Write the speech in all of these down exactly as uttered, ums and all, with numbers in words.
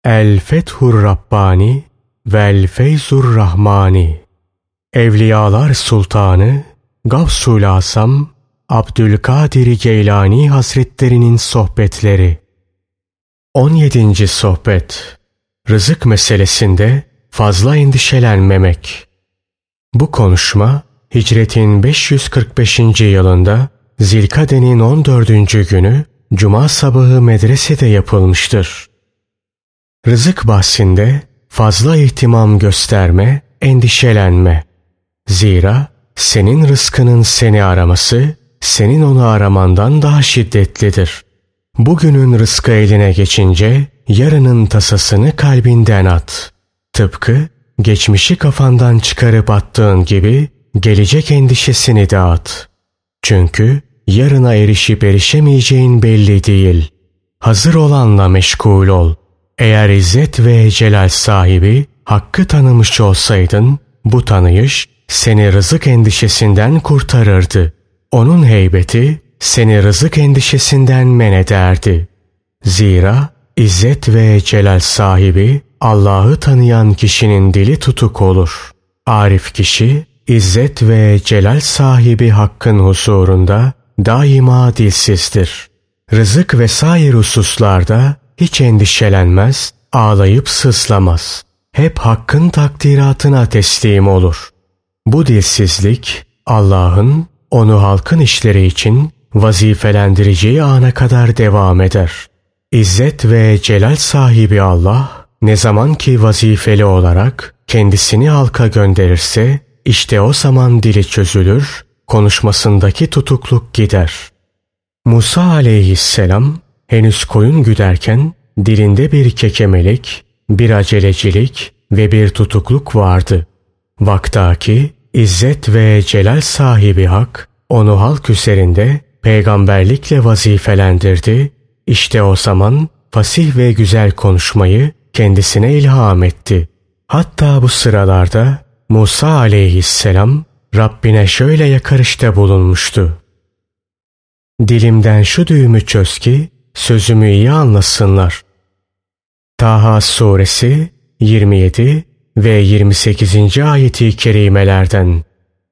El Fethur Rabbani vel Feyzur Rahmani. Evliyalar Sultanı Gavsul Asam Abdülkadir Geylani Hazretlerinin sohbetleri. on yedinci sohbet. Rızık meselesinde fazla endişelenmemek. Bu konuşma Hicretin beş yüz kırk beşinci yılında Zilkade'nin on dördüncü günü Cuma sabahı medresede yapılmıştır. Rızık bahsinde fazla ihtimam gösterme, endişelenme. Zira senin rızkının seni araması, senin onu aramandan daha şiddetlidir. Bugünün rızkı eline geçince yarının tasasını kalbinden at. Tıpkı geçmişi kafandan çıkarıp attığın gibi gelecek endişesini de at. Çünkü yarına erişip erişemeyeceğin belli değil. Hazır olanla meşgul ol. Eğer izzet ve celal sahibi Hakk'ı tanımış olsaydın, bu tanıyış seni rızık endişesinden kurtarırdı. Onun heybeti seni rızık endişesinden men ederdi. Zira izzet ve celal sahibi Allah'ı tanıyan kişinin dili tutuk olur. Arif kişi izzet ve celal sahibi Hakk'ın huzurunda daima dilsizdir. Rızık vesaire hususlarda hiç endişelenmez, ağlayıp sızlamaz. Hep Hakk'ın takdiratına teslim olur. Bu dilsizlik Allah'ın onu halkın işleri için vazifelendireceği ana kadar devam eder. İzzet ve celal sahibi Allah ne zaman ki vazifeli olarak kendisini halka gönderirse işte o zaman dili çözülür, konuşmasındaki tutukluk gider. Musa aleyhisselam henüz koyun güderken dilinde bir kekemelik, bir acelecilik ve bir tutukluk vardı. Vaktaki İzzet ve celal sahibi Hak onu halk üzerinde peygamberlikle vazifelendirdi. İşte o zaman fasih ve güzel konuşmayı kendisine ilham etti. Hatta bu sıralarda Musa aleyhisselam Rabbine şöyle yakarışta bulunmuştu. Dilimden şu düğümü çöz ki sözümü iyi anlasınlar. Taha suresi yirmi yedi ve yirmi sekizinci ayeti kerimelerden.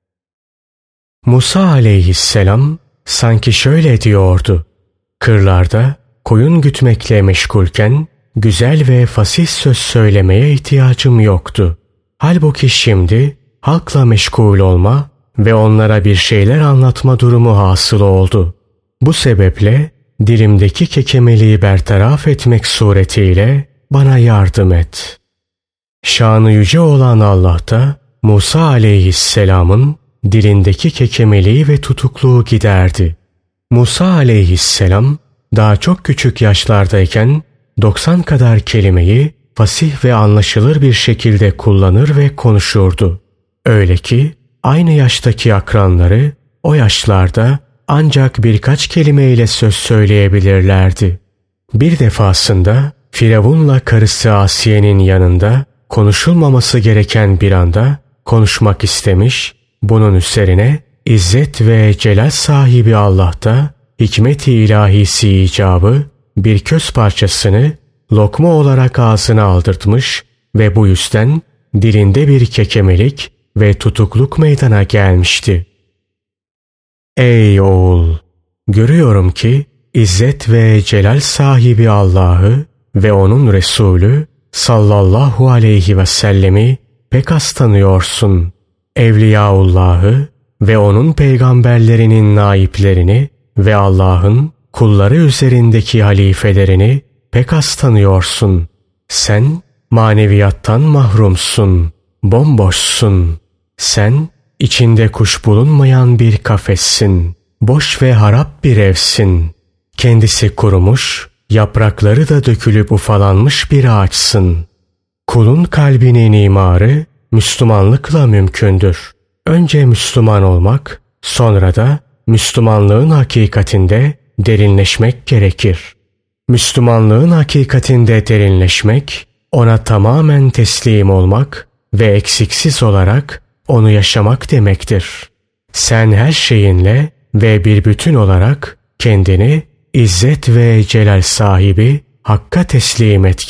Musa aleyhisselam sanki şöyle diyordu. Kırlarda koyun gütmekle meşgulken güzel ve fasih söz söylemeye ihtiyacım yoktu. Halbuki şimdi halkla meşgul olma ve onlara bir şeyler anlatma durumu hasıl oldu. Bu sebeple dilimdeki kekemeliği bertaraf etmek suretiyle bana yardım et. Şanı yüce olan Allah da Musa aleyhisselamın dilindeki kekemeliği ve tutukluğu giderdi. Musa aleyhisselam daha çok küçük yaşlardayken doksan kadar kelimeyi fasih ve anlaşılır bir şekilde kullanır ve konuşurdu. Öyle ki aynı yaştaki akranları o yaşlarda ancak birkaç kelimeyle söz söyleyebilirlerdi. Bir defasında Firavun'la karısı Asiye'nin yanında konuşulmaması gereken bir anda konuşmak istemiş, bunun üzerine İzzet ve celal sahibi Allah da hikmet-i ilahisi icabı bir köz parçasını lokma olarak ağzına aldırtmış ve bu yüzden dilinde bir kekemelik ve tutukluk meydana gelmişti. Ey oğul! Görüyorum ki İzzet ve celal sahibi Allah'ı ve onun Resulü sallallahu aleyhi ve sellemi pek az tanıyorsun. Evliyaullah'ı ve onun peygamberlerinin naiplerini ve Allah'ın kulları üzerindeki halifelerini pek az tanıyorsun. Sen maneviyattan mahrumsun, bomboşsun. Sen içinde kuş bulunmayan bir kafessin. Boş ve harap bir evsin. Kendisi kurumuş, yaprakları da dökülüp ufalanmış bir ağaçsın. Kulun kalbinin imarı Müslümanlıkla mümkündür. Önce Müslüman olmak, sonra da Müslümanlığın hakikatinde derinleşmek gerekir. Müslümanlığın hakikatinde derinleşmek, ona tamamen teslim olmak ve eksiksiz olarak onu yaşamak demektir. Sen her şeyinle ve bir bütün olarak kendini İzzet ve celal sahibi Hakk'a teslim et ki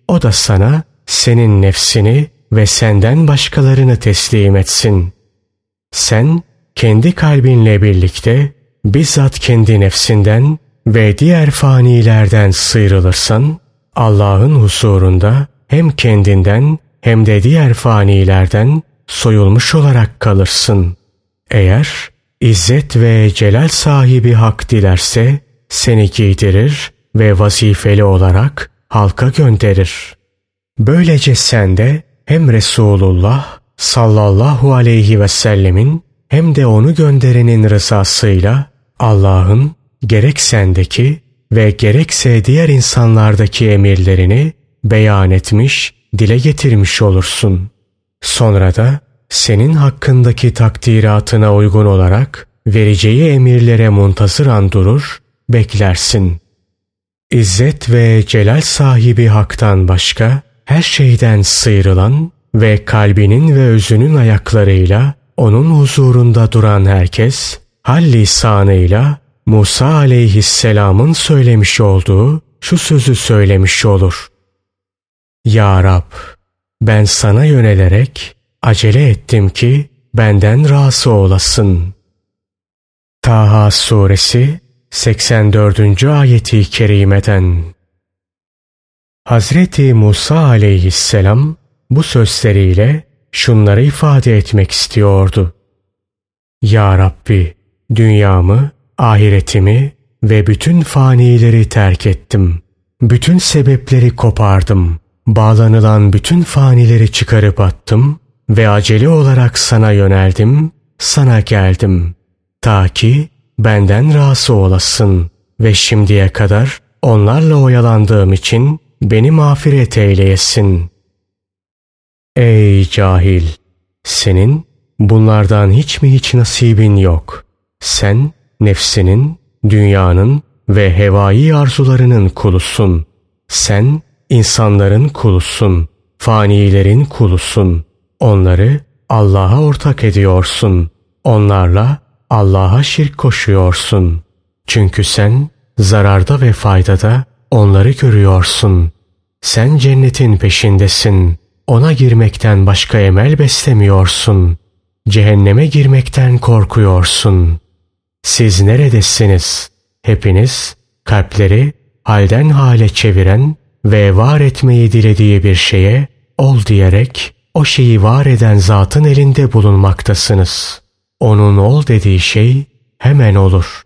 o da sana senin nefsini ve senden başkalarını teslim etsin. Sen kendi kalbinle birlikte bizzat kendi nefsinden ve diğer fanilerden sıyrılırsan, Allah'ın huzurunda hem kendinden hem de diğer fanilerden soyulmuş olarak kalırsın. Eğer İzzet ve celal sahibi Hak dilerse seni giydirir ve vazifeli olarak halka gönderir. Böylece sen de hem Resulullah sallallahu aleyhi ve sellemin hem de onu gönderenin rızasıyla Allah'ın gerek sendeki ve gerekse diğer insanlardaki emirlerini beyan etmiş, dile getirmiş olursun. Sonra da senin hakkındaki takdiratına uygun olarak vereceği emirlere muntazıran durur, beklersin. İzzet ve celal sahibi Hak'tan başka her şeyden sıyrılan ve kalbinin ve özünün ayaklarıyla onun huzurunda duran herkes, hal lisanıyla Musa aleyhisselamın söylemiş olduğu şu sözü söylemiş olur: Ya Rab, ben sana yönelerek acele ettim ki benden razı olasın. Taha suresi seksen dördüncü ayeti kerimeden. Hazreti Musa aleyhisselam bu sözleriyle şunları ifade etmek istiyordu: Ya Rabbi, dünyamı, ahiretimi ve bütün fanileri terk ettim. Bütün sebepleri kopardım. Bağlanılan bütün fanileri çıkarıp attım ve acele olarak sana yöneldim, sana geldim. Ta ki benden razı olasın ve şimdiye kadar onlarla oyalandığım için beni mağfiret eyleyesin. Ey cahil! Senin bunlardan hiç mi hiç nasibin yok? Sen nefsinin, dünyanın ve hevai arzularının kulusun. Sen insanların kulusun, fanilerin kulusun. Onları Allah'a ortak ediyorsun. Onlarla Allah'a şirk koşuyorsun. Çünkü sen zararda ve faydada onları görüyorsun. Sen cennetin peşindesin. Ona girmekten başka emel beslemiyorsun. Cehenneme girmekten korkuyorsun. Siz neredesiniz? Hepiniz kalpleri halden hale çeviren ve var etmeyi dilediği bir şeye ol diyerek o şeyi var eden zatın elinde bulunmaktasınız. Onun ol dediği şey hemen olur.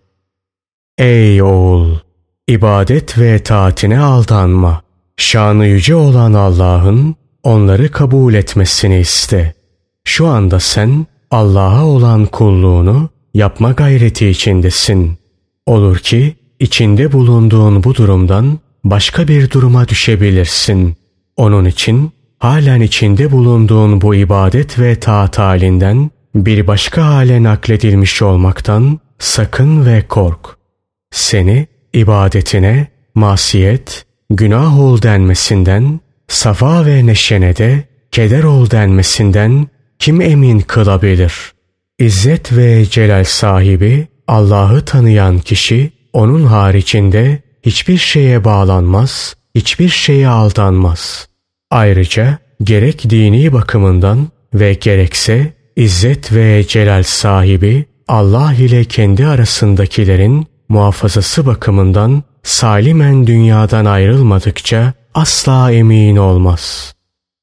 Ey oğul! İbadet ve taatine aldanma. Şanı yüce olan Allah'ın onları kabul etmesini iste. Şu anda sen Allah'a olan kulluğunu yapma gayreti içindesin. Olur ki içinde bulunduğun bu durumdan başka bir duruma düşebilirsin. Onun için halen içinde bulunduğun bu ibadet ve taat halinden bir başka hale nakledilmiş olmaktan sakın ve kork. Seni ibadetine masiyet, günah ol denmesinden, safa ve neşene de keder ol denmesinden kim emin kılabilir? İzzet ve celal sahibi Allah'ı tanıyan kişi onun haricinde hiçbir şeye bağlanmaz, hiçbir şeye aldanmaz. Ayrıca gerek dini bakımından ve gerekse İzzet ve celal sahibi Allah ile kendi arasındakilerin muhafazası bakımından salimen dünyadan ayrılmadıkça asla emin olmaz.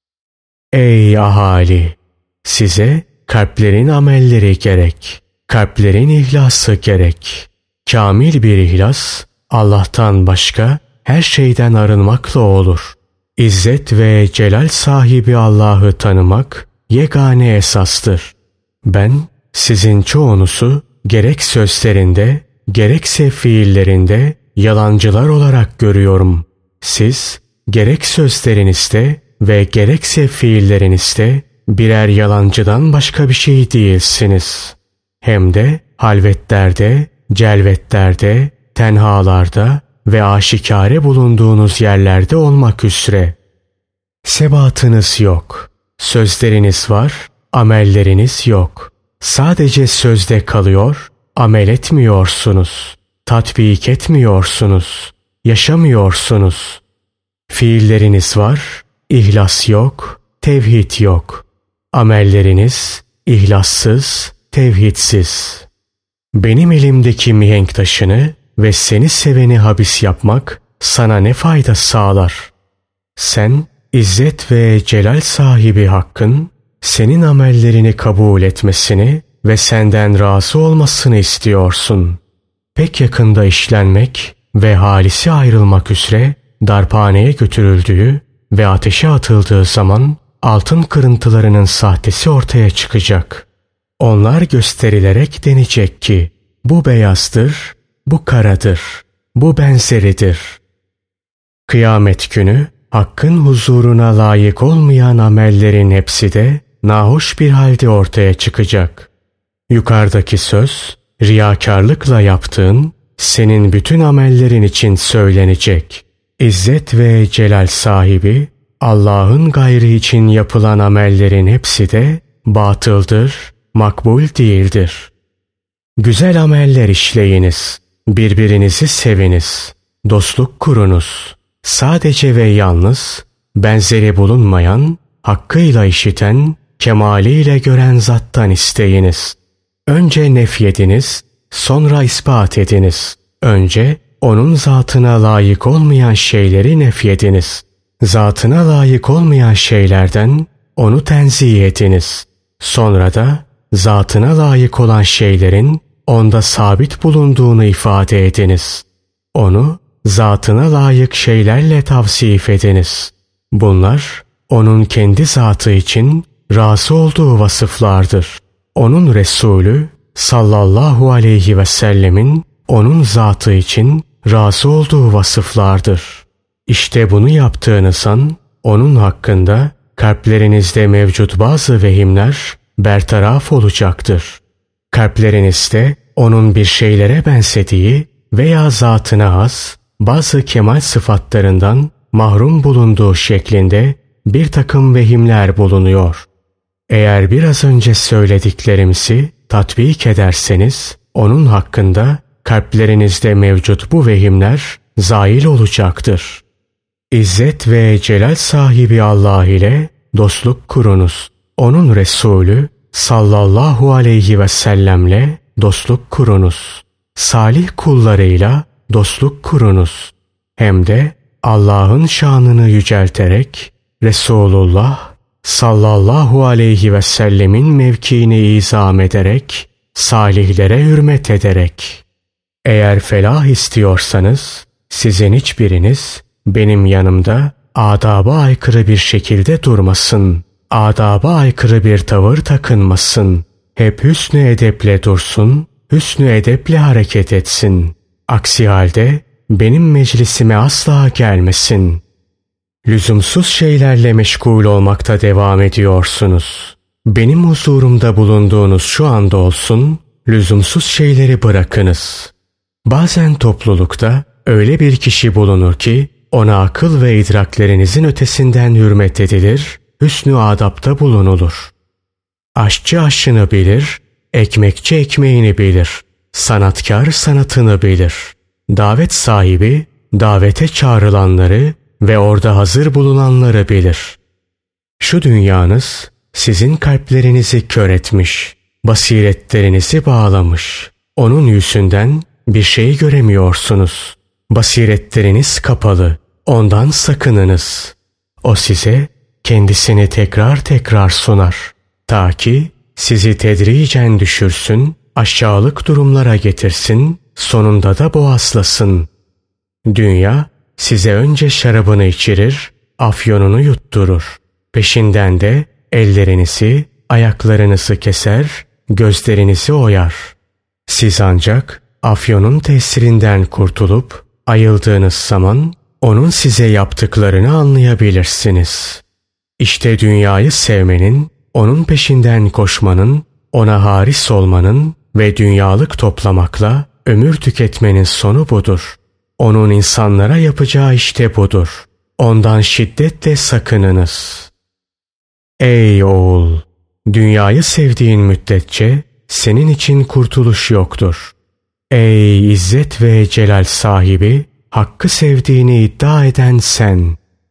Ey ahali! Size kalplerin amelleri gerek, kalplerin ihlası gerek. Kamil bir ihlas Allah'tan başka her şeyden arınmakla olur. İzzet ve celal sahibi Allah'ı tanımak yegane esastır. Ben sizin çoğunuzu gerek sözlerinde gerekse fiillerinde yalancılar olarak görüyorum. Siz gerek sözlerinizde ve gerekse fiillerinizde birer yalancıdan başka bir şey değilsiniz. Hem de halvetlerde, celvetlerde, tenhalarda ve aşikare bulunduğunuz yerlerde olmak üzere. Sebatınız yok. Sözleriniz var, amelleriniz yok. Sadece sözde kalıyor, amel etmiyorsunuz. Tatbik etmiyorsunuz. Yaşamıyorsunuz. Fiilleriniz var, ihlas yok, tevhid yok. Amelleriniz ihlassız, tevhidsiz. Benim elimdeki mihenk taşını ve seni seveni habis yapmak sana ne fayda sağlar? Sen, İzzet ve celal sahibi Hakk'ın senin amellerini kabul etmesini ve senden razı olmasını istiyorsun. Pek yakında işlenmek ve halisi ayrılmak üzere darphaneye götürüldüğü ve ateşe atıldığı zaman altın kırıntılarının sahtesi ortaya çıkacak. Onlar gösterilerek denecek ki bu beyazdır, bu karadır, bu benzeridir. Kıyamet günü Hakk'ın huzuruna layık olmayan amellerin hepsi de nahoş bir halde ortaya çıkacak. Yukarıdaki söz, riyakarlıkla yaptığın senin bütün amellerin için söylenecek. İzzet ve celal sahibi, Allah'ın gayrı için yapılan amellerin hepsi de batıldır, makbul değildir. Güzel ameller işleyiniz, birbirinizi seviniz, dostluk kurunuz. Sadece ve yalnız, benzeri bulunmayan, hakkıyla işiten, kemaliyle gören zattan isteyiniz. Önce nefyediniz, sonra ispat ediniz. Önce onun zatına layık olmayan şeyleri nefyediniz. Zatına layık olmayan şeylerden onu tenzih ediniz. Sonra da zatına layık olan şeylerin onda sabit bulunduğunu ifade ediniz. Onu zatına layık şeylerle tavsif ediniz. Bunlar onun kendi zatı için razı olduğu vasıflardır. Onun Resulü sallallahu aleyhi ve sellemin onun zatı için razı olduğu vasıflardır. İşte bunu yaptığınız an onun hakkında kalplerinizde mevcut bazı vehimler bertaraf olacaktır. Kalplerinizde onun bir şeylere benzediği veya zatına has bazı kemal sıfatlarından mahrum bulunduğu şeklinde bir takım vehimler bulunuyor. Eğer biraz önce söylediklerimizi tatbik ederseniz onun hakkında kalplerinizde mevcut bu vehimler zail olacaktır. İzzet ve celal sahibi Allah ile dostluk kurunuz. Onun Resulü sallallahu aleyhi ve sellemle dostluk kurunuz. Salih kullarıyla dostluk kurunuz. Hem de Allah'ın şanını yücelterek Resulullah sallallahu aleyhi ve sellemin mevkiini izam ederek, salihlere hürmet ederek. Eğer felah istiyorsanız sizin hiçbiriniz benim yanımda adaba aykırı bir şekilde durmasın. Adaba aykırı bir tavır takınmasın. Hep hüsnü edeple dursun, hüsnü edeple hareket etsin. Aksi halde benim meclisime asla gelmesin. Lüzumsuz şeylerle meşgul olmakta devam ediyorsunuz. Benim huzurumda bulunduğunuz şu anda olsun, lüzumsuz şeyleri bırakınız. Bazen toplulukta öyle bir kişi bulunur ki ona akıl ve idraklerinizin ötesinden hürmet edilir, hüsnü adapta bulunulur. Aşçı aşını bilir, ekmekçi ekmeğini bilir, sanatkar sanatını bilir. Davet sahibi davete çağrılanları ve orada hazır bulunanları bilir. Şu dünyanız sizin kalplerinizi kör etmiş, basiretlerinizi bağlamış. Onun yüzünden bir şey göremiyorsunuz. Basiretleriniz kapalı, ondan sakınınız. O size kendisini tekrar tekrar sunar. Ta ki sizi tedricen düşürsün, aşağılık durumlara getirsin, sonunda da boğazlasın. Dünya size önce şarabını içirir, afyonunu yutturur. Peşinden de ellerinizi, ayaklarınızı keser, gözlerinizi oyar. Siz ancak afyonun tesirinden kurtulup ayıldığınız zaman onun size yaptıklarını anlayabilirsiniz. İşte dünyayı sevmenin, onun peşinden koşmanın, ona haris olmanın ve dünyalık toplamakla ömür tüketmenin sonu budur. Onun insanlara yapacağı işte budur. Ondan şiddetle sakınınız. Ey oğul! Dünyayı sevdiğin müddetçe senin için kurtuluş yoktur. Ey İzzet ve Celal sahibi! Hakkı sevdiğini iddia eden sen!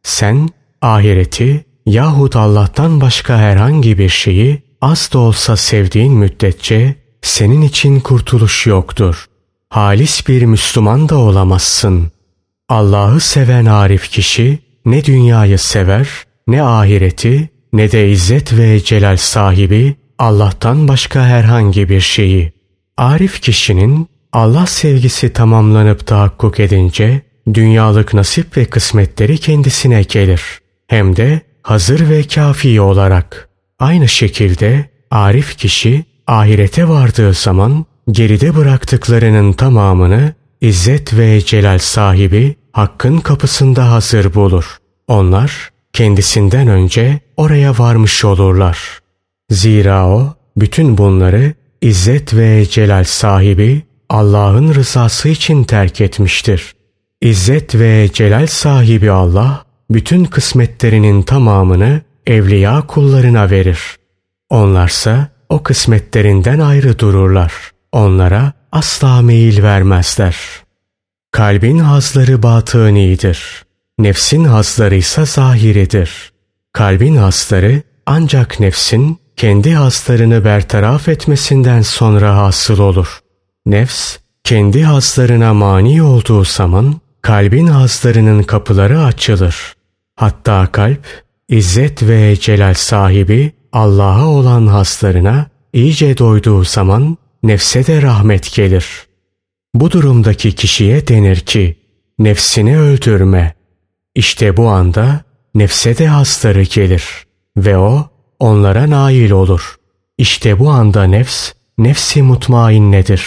Sen ahireti yahut Allah'tan başka herhangi bir şeyi az da olsa sevdiğin müddetçe senin için kurtuluş yoktur. Halis bir Müslüman da olamazsın. Allah'ı seven arif kişi ne dünyayı sever, ne ahireti, ne de izzet ve celal sahibi Allah'tan başka herhangi bir şeyi. Arif kişinin Allah sevgisi tamamlanıp tahakkuk edince dünyalık nasip ve kısmetleri kendisine gelir. Hem de hazır ve kafi olarak. Aynı şekilde arif kişi ahirete vardığı zaman geride bıraktıklarının tamamını izzet ve celal sahibi Hakk'ın kapısında hazır bulur. Onlar kendisinden önce oraya varmış olurlar. Zira o bütün bunları izzet ve celal sahibi Allah'ın rızası için terk etmiştir. İzzet ve celal sahibi Allah bütün kısmetlerinin tamamını evliya kullarına verir. Onlarsa o kısmetlerinden ayrı dururlar. Onlara asla meyil vermezler. Kalbin hazları batınidir. Nefsin hazları ise zahiridir. Kalbin hazları ancak nefsin kendi hazlarını bertaraf etmesinden sonra hasıl olur. Nefs kendi hazlarına mani olduğu zaman kalbin hazlarının kapıları açılır. Hatta kalp izzet ve celal sahibi Allah'a olan hazlarına iyice doyduğu zaman nefse de rahmet gelir. Bu durumdaki kişiye denir ki nefsini öldürme. İşte bu anda nefse de hazları gelir ve o onlara nail olur. İşte bu anda nefs, nefsi mutmainnedir.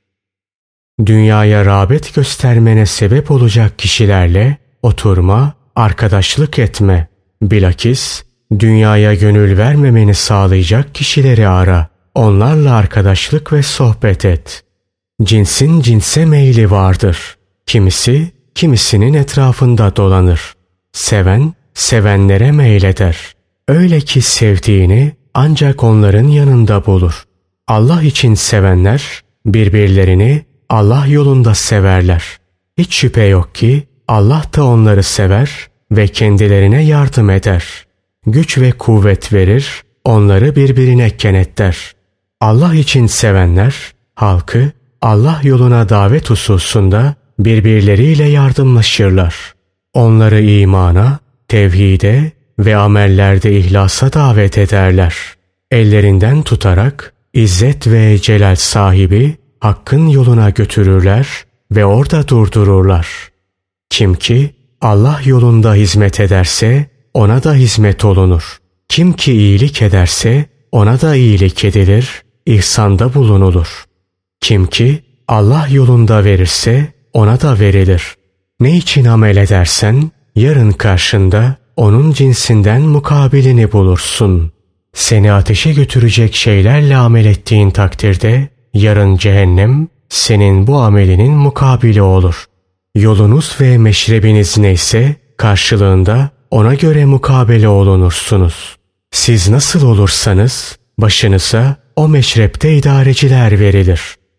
Dünyaya rağbet göstermene sebep olacak kişilerle oturma, arkadaşlık etme. Bilakis dünyaya gönül vermemeni sağlayacak kişileri ara. Onlarla arkadaşlık ve sohbet et. Cinsin cinse meyli vardır. Kimisi kimisinin etrafında dolanır. Seven sevenlere meyleder. Öyle ki sevdiğini ancak onların yanında bulur. Allah için sevenler birbirlerini Allah yolunda severler. Hiç şüphe yok ki Allah da onları sever ve kendilerine yardım eder. Güç ve kuvvet verir, onları birbirine kenetler. Allah için sevenler halkı Allah yoluna davet hususunda birbirleriyle yardımlaşırlar. Onları imana, tevhide ve amellerde ihlasa davet ederler. Ellerinden tutarak izzet ve celal sahibi Hakk'ın yoluna götürürler ve orada durdururlar. Kim ki Allah yolunda hizmet ederse ona da hizmet olunur. Kim ki iyilik ederse ona da iyilik edilir, ihsanda bulunulur. Kim ki Allah yolunda verirse ona da verilir. Ne için amel edersen yarın karşında onun cinsinden mukabilini bulursun. Seni ateşe götürecek şeylerle amel ettiğin takdirde yarın cehennem senin bu amelinin mukabili olur. Yolunuz ve meşrebiniz neyse karşılığında ona göre mukabele olunursunuz. Siz nasıl olursanız başınıza o meşrepte idareciler verilir.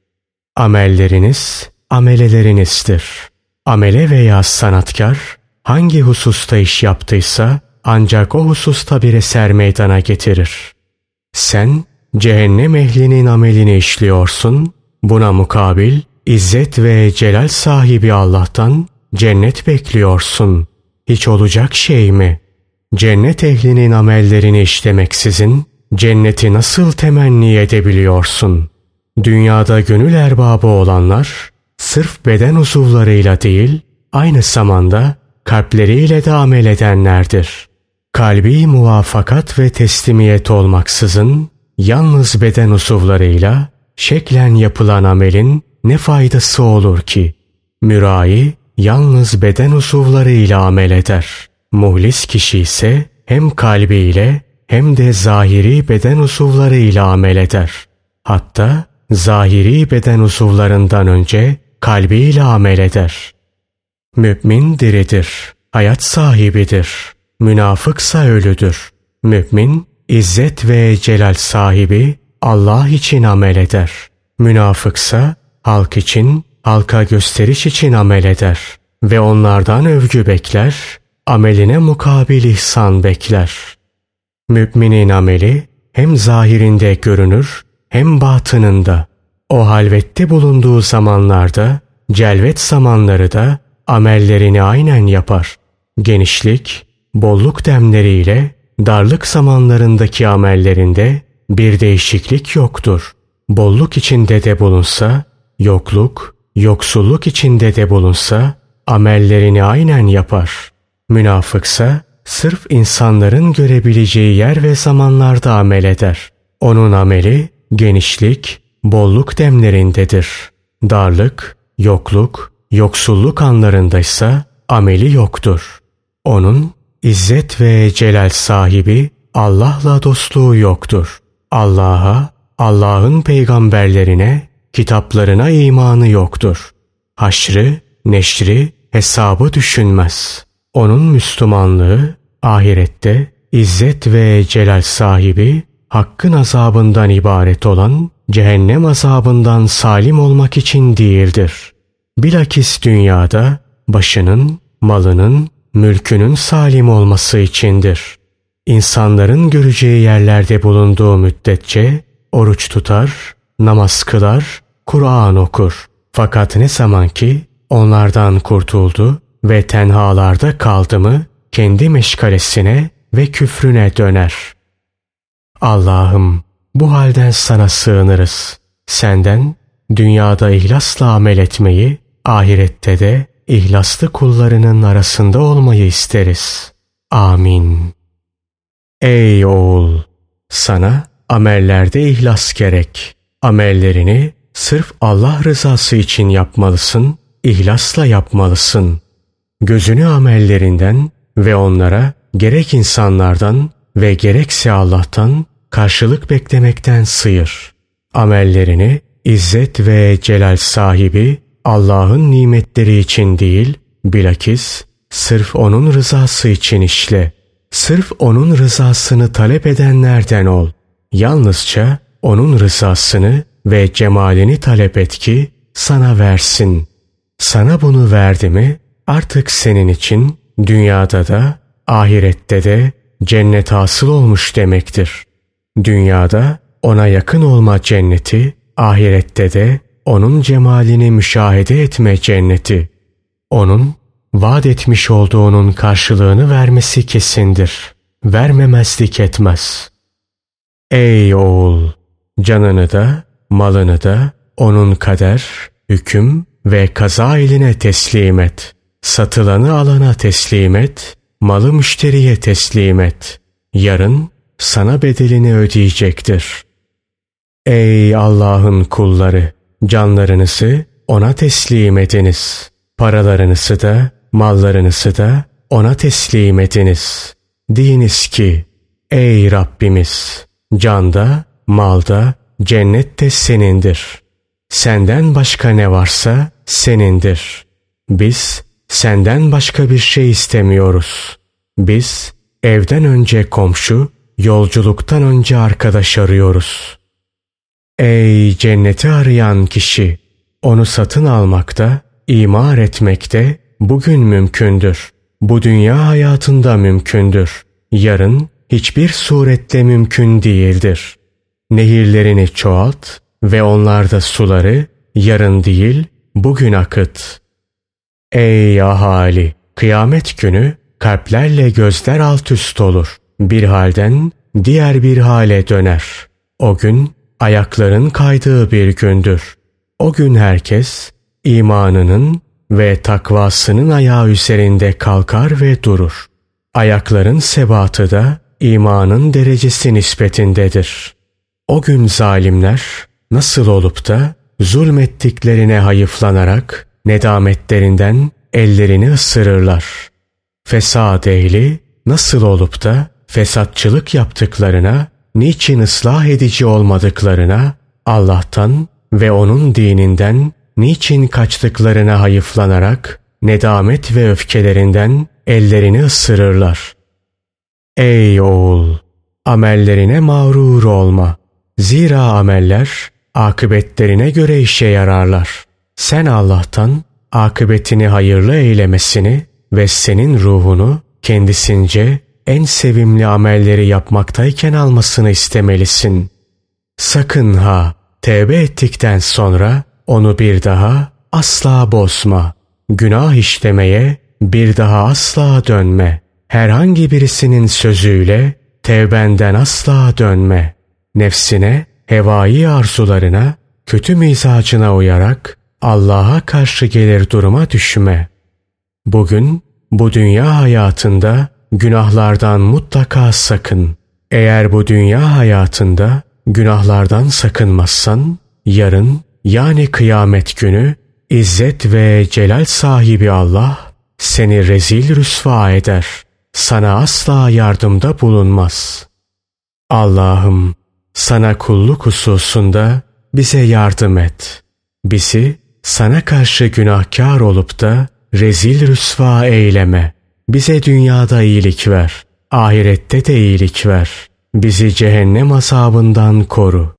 Amelleriniz amelelerinizdir. Amele veya sanatkar hangi hususta iş yaptıysa ancak o hususta bir eser meydana getirir. Sen cehennem ehlinin amelini işliyorsun, buna mukabil izzet ve celal sahibi Allah'tan cennet bekliyorsun. Hiç olacak şey mi? Cennet ehlinin amellerini işlemeksizin cenneti nasıl temenni edebiliyorsun? Dünyada gönül erbabı olanlar sırf beden uzuvlarıyla değil, aynı zamanda kalpleriyle de amel edenlerdir. Kalbi muvafakat ve teslimiyet olmaksızın yalnız beden uzuvlarıyla şeklen yapılan amelin ne faydası olur ki? Mürai yalnız beden uzuvlarıyla amel eder. Muhlis kişi ise hem kalbiyle hem de zahiri beden uzuvlarıyla amel eder. Hatta zahiri beden uzuvlarından önce kalbiyle amel eder. Mümin diridir, hayat sahibidir. Münafıksa ölüdür. Mümin izzet ve celal sahibi Allah için amel eder. Münafıksa halk için, halka gösteriş için amel eder ve onlardan övgü bekler, ameline mukabil ihsan bekler. Müminin ameli hem zahirinde görünür hem batınında. O halvette bulunduğu zamanlarda, celvet zamanları da amellerini aynen yapar. Genişlik, bolluk demleriyle darlık zamanlarındaki amellerinde bir değişiklik yoktur. Bolluk içinde de bulunsa, yokluk, yoksulluk içinde de bulunsa amellerini aynen yapar. Münafıksa sırf insanların görebileceği yer ve zamanlarda amel eder. Onun ameli genişlik, bolluk demlerindedir. Darlık, yokluk, yoksulluk anlarındaysa ameli yoktur. Onun İzzet ve celal sahibi Allah'la dostluğu yoktur. Allah'a, Allah'ın peygamberlerine, kitaplarına imanı yoktur. Haşrı, neşri, hesabı düşünmez. Onun Müslümanlığı ahirette İzzet ve celal sahibi hakkın azabından ibaret olan cehennem azabından salim olmak için değildir. Bilakis dünyada başının, malının, mülkünün salim olması içindir. İnsanların göreceği yerlerde bulunduğu müddetçe oruç tutar, namaz kılar, Kur'an okur. Fakat ne zaman ki onlardan kurtuldu ve tenhalarda kaldı mı kendi meşgalesine ve küfrüne döner. Allah'ım, bu halden sana sığınırız. Senden dünyada ihlasla amel etmeyi, ahirette de ihlaslı kullarının arasında olmayı isteriz. Amin. Ey oğul! Sana amellerde ihlas gerek. Amellerini sırf Allah rızası için yapmalısın, ihlasla yapmalısın. Gözünü amellerinden ve onlara gerek insanlardan ve gerekse Allah'tan karşılık beklemekten sıyır. Amellerini İzzet ve celal sahibi Allah'ın nimetleri için değil, bilakis sırf O'nun rızası için işle. Sırf O'nun rızasını talep edenlerden ol. Yalnızca O'nun rızasını ve cemalini talep et ki sana versin. Sana bunu verdi mi artık senin için dünyada da ahirette de cennet hasıl olmuş demektir. Dünyada O'na yakın olma cenneti, ahirette de O'nun cemalini müşahede etme cenneti. O'nun vaat etmiş olduğunun karşılığını vermesi kesindir. Vermemezlik etmez. Ey oğul! Canını da, malını da O'nun kader, hüküm ve kaza eline teslim et. Satılanı alana teslim et, malı müşteriye teslim et. Yarın sana bedelini ödeyecektir. Ey Allah'ın kulları! Canlarınızı O'na teslim ediniz. Paralarınızı da, mallarınızı da O'na teslim ediniz. Deyiniz ki, ey Rabbimiz! Canda, malda, cennet de senindir. Senden başka ne varsa senindir. Biz senden başka bir şey istemiyoruz. Biz evden önce komşu, yolculuktan önce arkadaş arıyoruz. Ey cenneti arayan kişi! Onu satın almakta, imar etmekte bugün mümkündür. Bu dünya hayatında mümkündür. Yarın hiçbir suretle mümkün değildir. Nehirlerini çoğalt ve onlarda suları yarın değil bugün akıt. Ey ahali! Kıyamet günü kalplerle gözler alt üst olur. Bir halden diğer bir hale döner. O gün ayakların kaydığı bir gündür. O gün herkes imanının ve takvasının ayağı üzerinde kalkar ve durur. Ayakların sebatı da imanın derecesi nispetindedir. O gün zalimler nasıl olup da zulmettiklerine hayıflanarak nedametlerinden ellerini ısırırlar. Fesat ehli nasıl olup da fesatçılık yaptıklarına, niçin ıslah edici olmadıklarına, Allah'tan ve O'nun dininden niçin kaçtıklarına hayıflanarak nedamet ve öfkelerinden ellerini ısırırlar. Ey oğul! Amellerine mağrur olma. Zira ameller akıbetlerine göre işe yararlar. Sen Allah'tan akıbetini hayırlı eylemesini ve senin ruhunu kendisince en sevimli amelleri yapmaktayken almasını istemelisin. Sakın ha, tevbe ettikten sonra onu bir daha asla bozma. Günah işlemeye bir daha asla dönme. Herhangi birisinin sözüyle tevbenden asla dönme. Nefsine, hevai arzularına, kötü mizacına uyarak Allah'a karşı gelir duruma düşme. Bugün bu dünya hayatında günahlardan mutlaka sakın. Eğer bu dünya hayatında günahlardan sakınmazsan, yarın yani kıyamet günü İzzet ve celal sahibi Allah seni rezil rüsva eder. Sana asla yardımda bulunmaz. Allah'ım, sana kulluk hususunda bize yardım et. Bizi sana karşı günahkar olup da rezil rüsva eyleme. Bize dünyada iyilik ver, ahirette de iyilik ver. Bizi cehennem azabından koru.